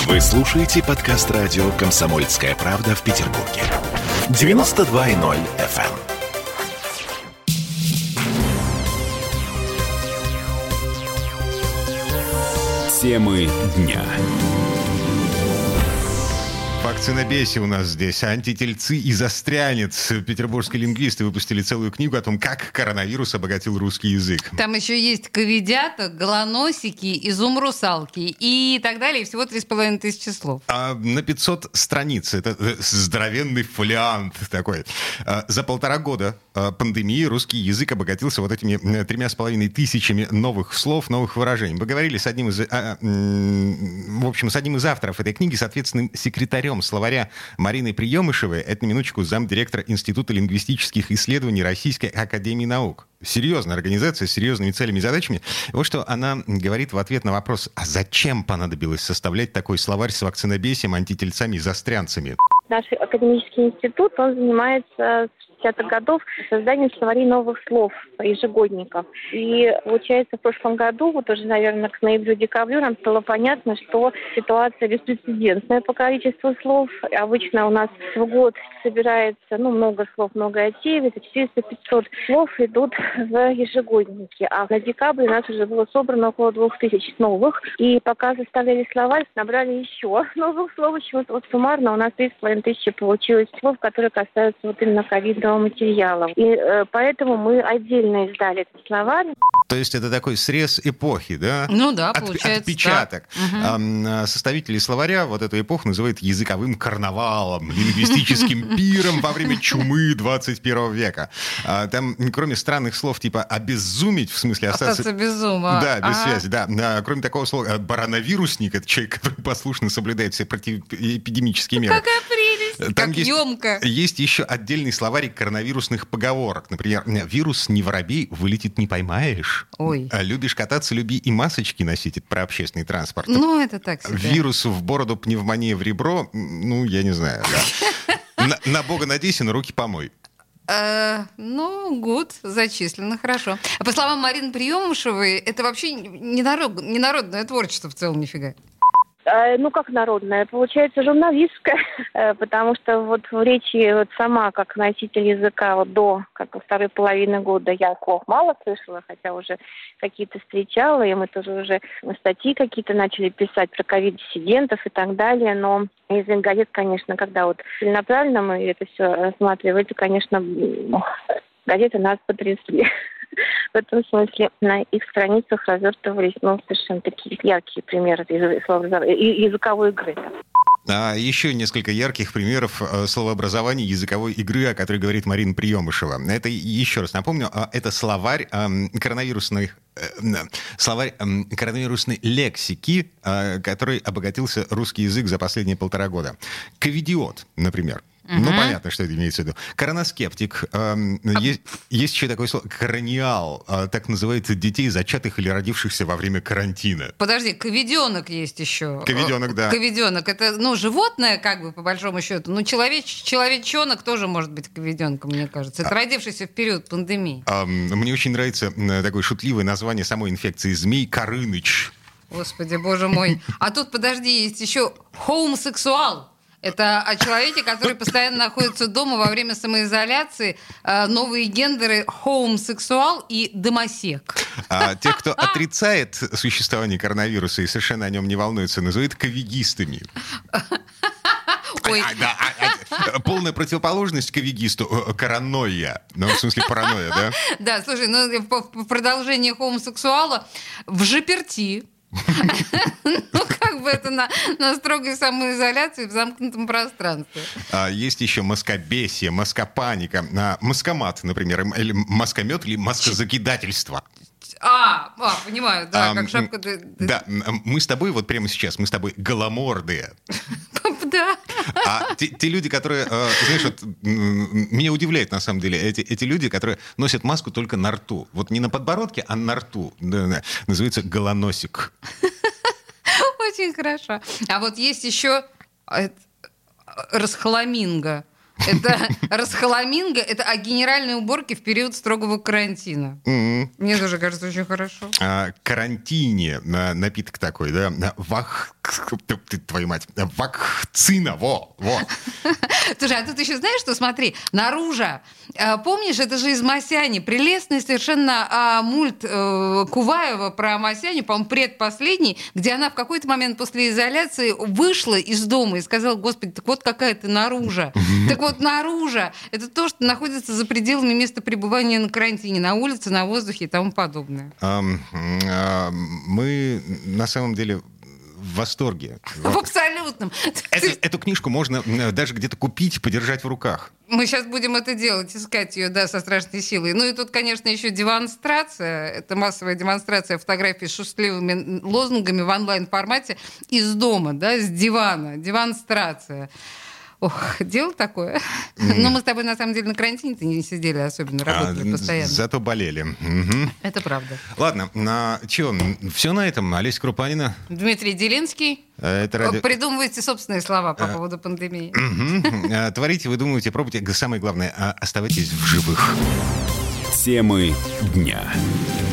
Вы слушаете подкаст радио «Комсомольская правда» в Петербурге. 92.0 FM. Темы дня. В акцинобесе у нас здесь антительцы и застрянец. Петербургские лингвисты выпустили целую книгу о том, как коронавирус обогатил русский язык. Там еще есть ковидята, голоносики, изум-русалки и так далее. И всего 3500 слов. На 500 страниц. Это здоровенный фолиант такой. За 1,5 года пандемии русский язык обогатился вот этими 3500 новых слов, новых выражений. Мы говорили с одним из авторов этой книги, с ответственным секретарем словаря Мариной Приемышевой. Это, на минуточку, замдиректора Института лингвистических исследований Российской академии наук. Серьезная организация с серьезными целями и задачами. Вот что она говорит в ответ на вопрос: а зачем понадобилось составлять такой словарь с вакцинобесием, антительцами и застрянцами? Наш академический институт, он занимается с 60-х годов созданием словарей новых слов, ежегодников. И, получается, в прошлом году, вот уже, наверное, к ноябрю-декабрю нам стало понятно, что ситуация беспрецедентная по количеству слов. Обычно у нас в год собирается, много слов, много отеев, это 400-500 слов идут в ежегодники. А на декабрь у нас уже было собрано около 2000 новых. И пока составляли словарь, набрали еще новых слов. Почему-то вот суммарно у нас 3500 получилось слов, которые касаются вот именно ковидного материала. И поэтому мы отдельно издали этот словарь. То есть это такой срез эпохи, да? Ну да, получается. Отпечаток. Да. Составители словаря вот эту эпоху называют языковым карнавалом, лингвистическим пиром во время чумы 21 века. Там, кроме странных слов типа «обезумить», в смысле остаться без ума. Да, без связи, да. Кроме такого слова «барановирусник», это человек, который послушно соблюдает все противоэпидемические меры. Какая прелесть! Там как емко. Есть еще отдельный словарик коронавирусных поговорок. Например, «вирус не воробей, вылетит не поймаешь». Ой. «Любишь кататься, люби и масочки носить». Это про общественный транспорт. Ну, это так себе. «Вирус в бороду, пневмония в ребро». Я не знаю. На Бога надейся, на руки помой. Гуд, зачислено, хорошо. А по словам Марины Приемышевой, это вообще не народное творчество в целом, нифига. Как народная, получается журналистская, потому что вот в речи вот сама, как носитель языка, вот до второй половины года я слов мало слышала, хотя уже какие-то встречала, и мы тоже уже статьи какие-то начали писать про ковид-диссидентов и так далее, но из газет, конечно, когда вот целенаправленно мы это все рассматривали, то, конечно, газеты нас потрясли. В этом смысле на их страницах развертывались совершенно такие яркие примеры языковой игры. Еще несколько ярких примеров словообразования языковой игры, о которой говорит Марина Приемышева. Это, еще раз напомню, это словарь коронавирусной лексики, который обогатился русский язык за последние 1,5 года. Ковидиот, например. Понятно, что это имеется в виду. Коронаскептик. Есть еще такое слово «корониал». Так называют детей, зачатых или родившихся во время карантина. Подожди, ковиденок есть еще. Ковиденок, да. Ковиденок. Это, животное, по большому счету. Человечонок тоже может быть ковиденком, мне кажется. Это родившийся в период пандемии. Мне очень нравится такое шутливое название самой инфекции. Змей Горыныч. Господи, боже мой. А тут, подожди, есть еще хомосексуал. Это о человеке, который постоянно находится дома во время самоизоляции. Новые гендеры хомосексуал и домосек. Те, кто отрицает существование коронавируса и совершенно о нем не волнуется, называют ковигистами. Ой. Полная противоположность ковигисту — коронойя. В смысле паранойя, да? Да, слушай, в продолжение хомосексуала в заперти. Это на строгой самоизоляции в замкнутом пространстве. Есть еще маскобесие, маскопаника, маскомат, например, или маскомет, или маскозакидательство. Понимаю, да, как шапка... Да, мы с тобой вот прямо сейчас, голомордые. Да. А те люди, которые, знаешь, меня удивляет на самом деле, эти люди, которые носят маску только на рту. Вот не на подбородке, а на рту. Называется голоносик. Очень хорошо. А вот есть еще расхламинго. Это расхламинго, это о генеральной уборке в период строгого карантина. Мне тоже кажется очень хорошо. Карантине напиток такой, да? Твою мать. Вакцина, во. Слушай, а тут еще знаешь, что, смотри, наружу. Помнишь, это же из Масяни. Прелестный совершенно мульт Куваева про Масяню, по-моему, предпоследний, где она в какой-то момент после изоляции вышла из дома и сказала: Господи, так вот какая ты наружу. Так вот, наружу — это то, что находится за пределами места пребывания на карантине, на улице, на воздухе и тому подобное. Мы, на самом деле, в восторге. В абсолютном. Эту книжку можно даже где-то купить, подержать в руках. Мы сейчас будем это делать, искать ее, да, со страшной силой. Ну и тут, конечно, еще демонстрация. Это массовая демонстрация фотографий с шутливыми лозунгами в онлайн-формате из дома, да, с дивана. Демонстрация. Ох, дело такое. Но мы с тобой, на самом деле, на карантине-то не сидели особенно, работали постоянно. Зато болели. Это правда. Ладно, что, все на этом? Олеся Крупанина. Дмитрий Делинский. Придумывайте собственные слова по поводу пандемии. Творите, выдумывайте, пробуйте. Самое главное, оставайтесь в живых. Темы дня.